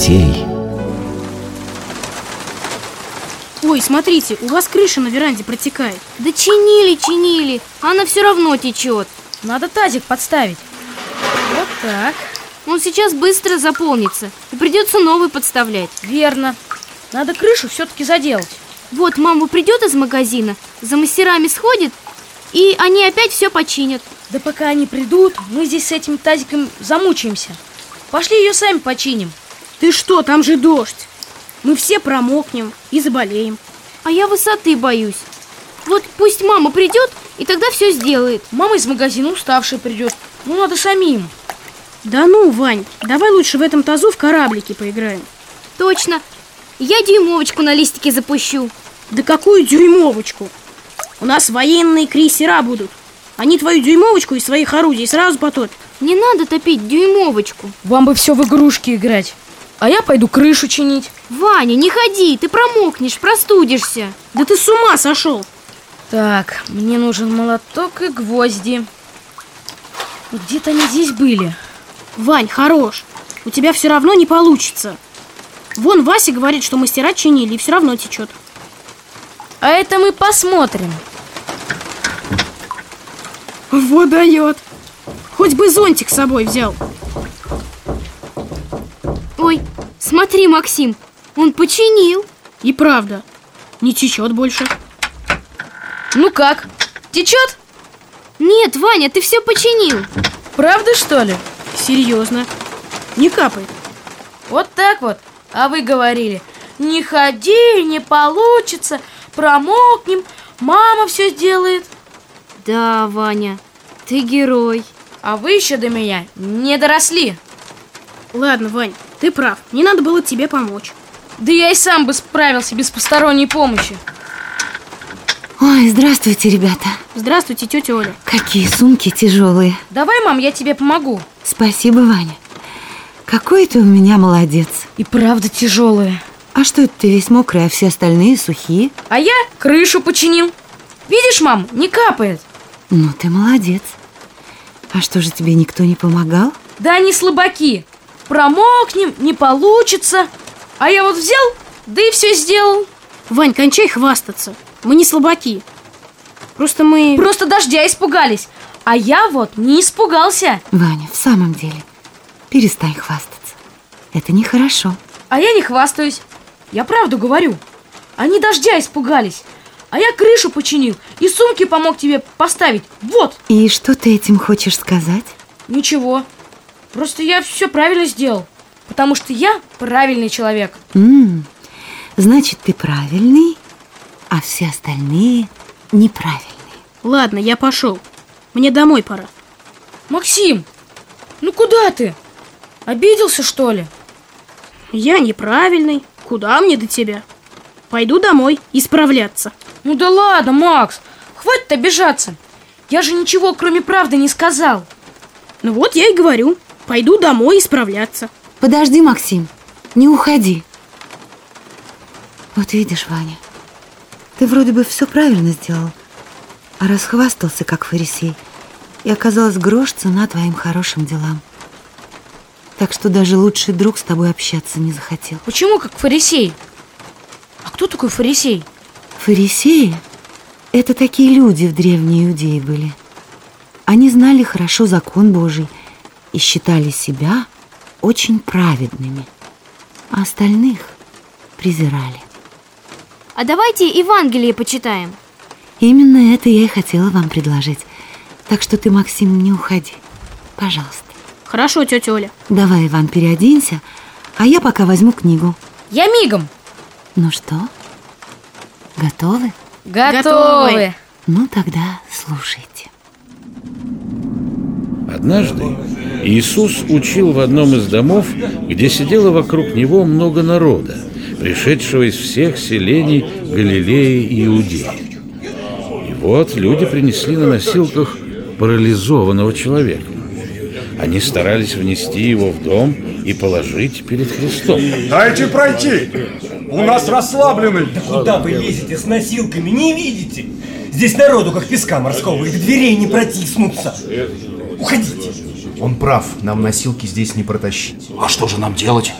детей. Ой, смотрите, у вас крыша на веранде протекает. Да чинили, она все равно течет. Надо тазик подставить. Вот так. Он сейчас быстро заполнится, и придется новый подставлять. Верно. Надо крышу все-таки заделать. Вот мама придет из магазина, за мастерами сходит, и они опять все починят. Да пока они придут, мы здесь с этим тазиком замучаемся. Пошли ее сами починим. Ты что, там же дождь. Мы все промокнем и заболеем. А я высоты боюсь. Вот пусть мама придет, и тогда все сделает. Мама из магазина уставшая придет. Ну, надо самим. Да ну, Вань, давай лучше в этом тазу в кораблики поиграем. Точно. Я дюймовочку на листике запущу. Да какую дюймовочку? У нас военные крейсера будут. Они твою дюймовочку из своих орудий сразу потопят. Не надо топить дюймовочку. Вам бы все в игрушки играть. А я пойду крышу чинить. Ваня, не ходи, ты промокнешь, простудишься. Да ты с ума сошел. Так, мне нужен молоток и гвозди. Где-то они здесь были. Вань, хорош. У тебя все равно не получится. Вон Вася говорит, что мастера чинили, и все равно течет. А это мы посмотрим. Вот дает. Хоть бы зонтик с собой взял. Ой, смотри, Максим, он починил. И правда, не течет больше. Ну как, течет? Нет, Ваня, ты все починил. Правда, что ли? Серьезно, не капает. Вот так вот. А вы говорили, не ходи, не получится, промокнем, мама все сделает. Да, Ваня, ты герой. А вы еще до меня не доросли. Ладно, Вань, ты прав, не надо было тебе помочь. Да я и сам бы справился без посторонней помощи. Ой, здравствуйте, ребята. Здравствуйте, тетя Оля. Какие сумки тяжелые. Давай, мам, я тебе помогу. Спасибо, Ваня. Какой ты у меня молодец. И правда тяжелые. А что это ты весь мокрый, а все остальные сухие? А я крышу починил. Видишь, мам, не капает. Ну, ты молодец. А что же, тебе никто не помогал? Да они слабаки. Промокнем, не получится. А я вот взял, да и все сделал. Вань, кончай хвастаться. Мы не слабаки. Просто дождя испугались. А я вот не испугался. Ваня, в самом деле, перестань хвастаться. Это нехорошо. А я не хвастаюсь. Я правду говорю. Они дождя испугались. А я крышу починил и сумки помог тебе поставить. Вот. И что ты этим хочешь сказать? Ничего. Просто я все правильно сделал. Потому что я правильный человек. Значит, ты правильный, а все остальные неправильные. Ладно, я пошел. Мне домой пора. Максим, ну куда ты? Обиделся, что ли? Я неправильный. Куда мне до тебя? Пойду домой исправляться. Ну да ладно, Макс, хватит обижаться. Я же ничего, кроме правды, не сказал. Ну вот я и говорю. Пойду домой исправляться. Подожди, Максим, не уходи. Вот видишь, Ваня, ты вроде бы все правильно сделал, а расхвастался, как фарисей, и оказалось грош цена твоим хорошим делам. Так что даже лучший друг с тобой общаться не захотел. Почему как фарисей? А кто такой фарисей? Фарисеи – это такие люди в Древней Иудее были. Они знали хорошо закон Божий и считали себя очень праведными, а остальных презирали. А давайте Евангелие почитаем. Именно это я и хотела вам предложить. Так что ты, Максим, не уходи. Пожалуйста. Хорошо, тетя Оля. Давай, Иван, переоденься, а я пока возьму книгу. Я мигом. Ну что, готовы? Готовы. Ну тогда слушайте. Однажды Иисус учил в одном из домов, где сидело вокруг него много народа, пришедшего из всех селений Галилеи и Иудеи. И вот люди принесли на носилках парализованного человека. Они старались внести его в дом и положить перед Христом. Дайте пройти! У нас расслабленный. Да куда вы лезете с носилками, не видите? Здесь народу как песка морского, и до дверей не протиснуться. Уходите. Он прав, нам носилки здесь не протащить. А что же нам делать?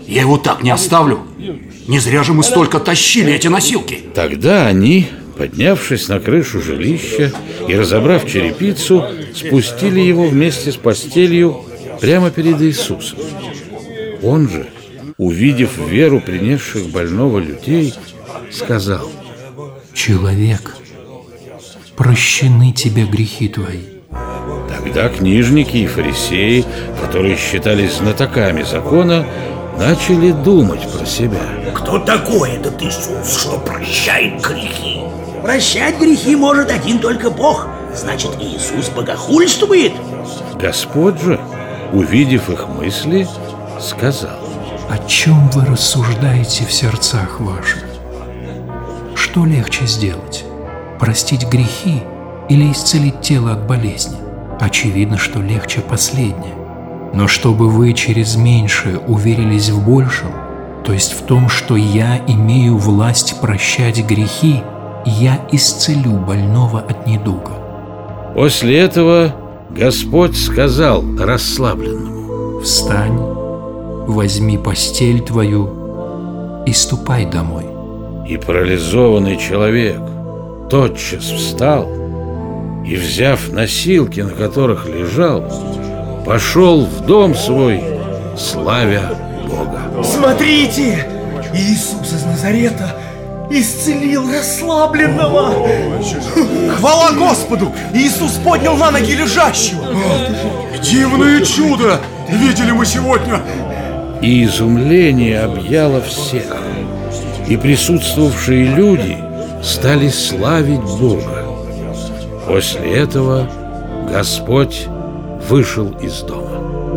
Я его так не оставлю. Не зря же мы столько тащили эти носилки. Тогда они, поднявшись на крышу жилища и разобрав черепицу, спустили его вместе с постелью прямо перед Иисусом. Он же, увидев веру принесших больного людей, сказал: «Человек, прощены тебе грехи твои». Тогда книжники и фарисеи, которые считались знатоками закона, начали думать про себя: кто такой этот Иисус, что прощает грехи? Прощать грехи может один только Бог. Значит, Иисус богохульствует? Господь же, увидев их мысли, сказал: «О чем вы рассуждаете в сердцах ваших? Что легче сделать? Простить грехи или исцелить тело от болезни? Очевидно, что легче последнее. Но чтобы вы через меньшее уверились в большем, то есть в том, что я имею власть прощать грехи, я исцелю больного от недуга». После этого Господь сказал расслабленному: «Встань, возьми постель твою и ступай домой». И парализованный человек тотчас встал и, взяв носилки, на которых лежал, пошел в дом свой, славя Бога. Смотрите, Иисус из Назарета исцелил расслабленного. Хвала Господу! Иисус поднял на ноги лежащего. Дивное чудо видели мы сегодня. И изумление объяло всех, и присутствовавшие люди стали славить Бога. После этого Господь вышел из дома.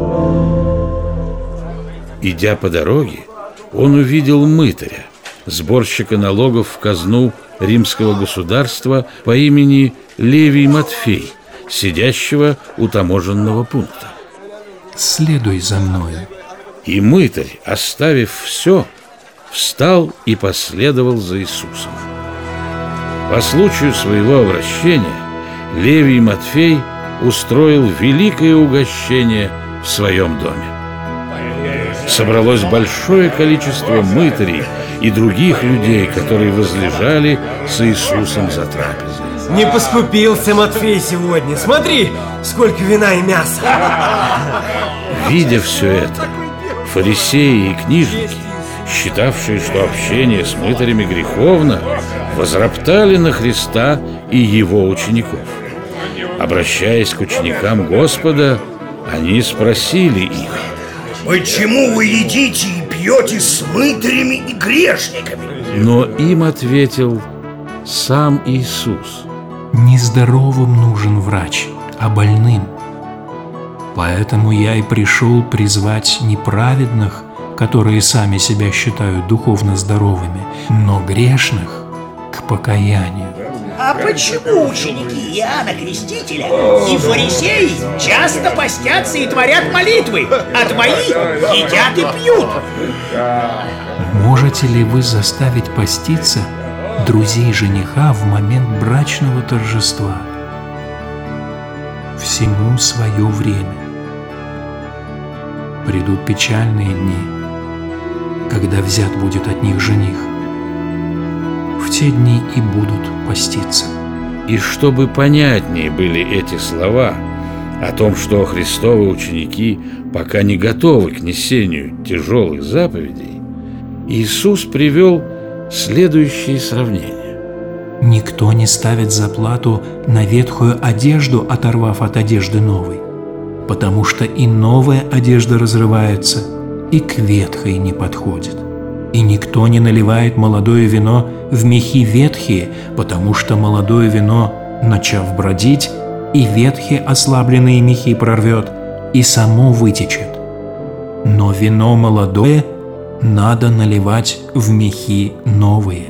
Идя по дороге, он увидел мытаря, сборщика налогов в казну римского государства по имени Левий Матфей, сидящего у таможенного пункта. «Следуй за мною». И мытарь, оставив все, встал и последовал за Иисусом. По случаю своего обращения Левий Матфей устроил великое угощение в своем доме. Собралось большое количество мытарей и других людей, которые возлежали с Иисусом за трапезой. Не поскупился Матфей сегодня. Смотри, сколько вина и мяса. Видя все это, фарисеи и книжники, считавшие, что общение с мытарями греховно, возроптали на Христа и его учеников. Обращаясь к ученикам Господа, они спросили их: почему вы едите и пьете с мытарями и грешниками? Но им ответил сам Иисус: нездоровым нужен врач, а больным. Поэтому я и пришел призвать не праведных, которые сами себя считают духовно здоровыми, но грешных к покаянию. А почему ученики Иоанна Крестителя и фарисеи часто постятся и творят молитвы, а твои едят и пьют? Можете ли вы заставить поститься друзей жениха в момент брачного торжества? Всему свое время. Придут печальные дни, когда взят будет от них жених. В те дни и будут поститься. И чтобы понятнее были эти слова о том, что Христовы ученики пока не готовы к несению тяжелых заповедей, Иисус привел следующие сравнения. Никто не ставит заплату на ветхую одежду, оторвав от одежды новой, потому что и новая одежда разрывается, и к ветхой не подходит. И никто не наливает молодое вино в мехи ветхие, потому что молодое вино, начав бродить, и ветхие ослабленные мехи прорвет, и само вытечет. Но вино молодое надо наливать в мехи новые.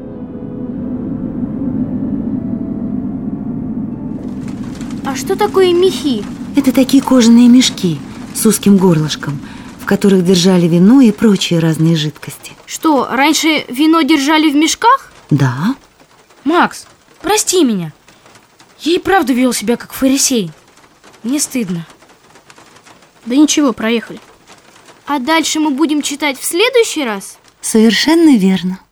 А что такое мехи? Это такие кожаные мешки с узким горлышком, в которых держали вино и прочие разные жидкости. Что, раньше вино держали в мешках? Да. Макс, прости меня. Я и правда вел себя как фарисей. Мне стыдно. Да ничего, проехали. А дальше мы будем читать в следующий раз? Совершенно верно.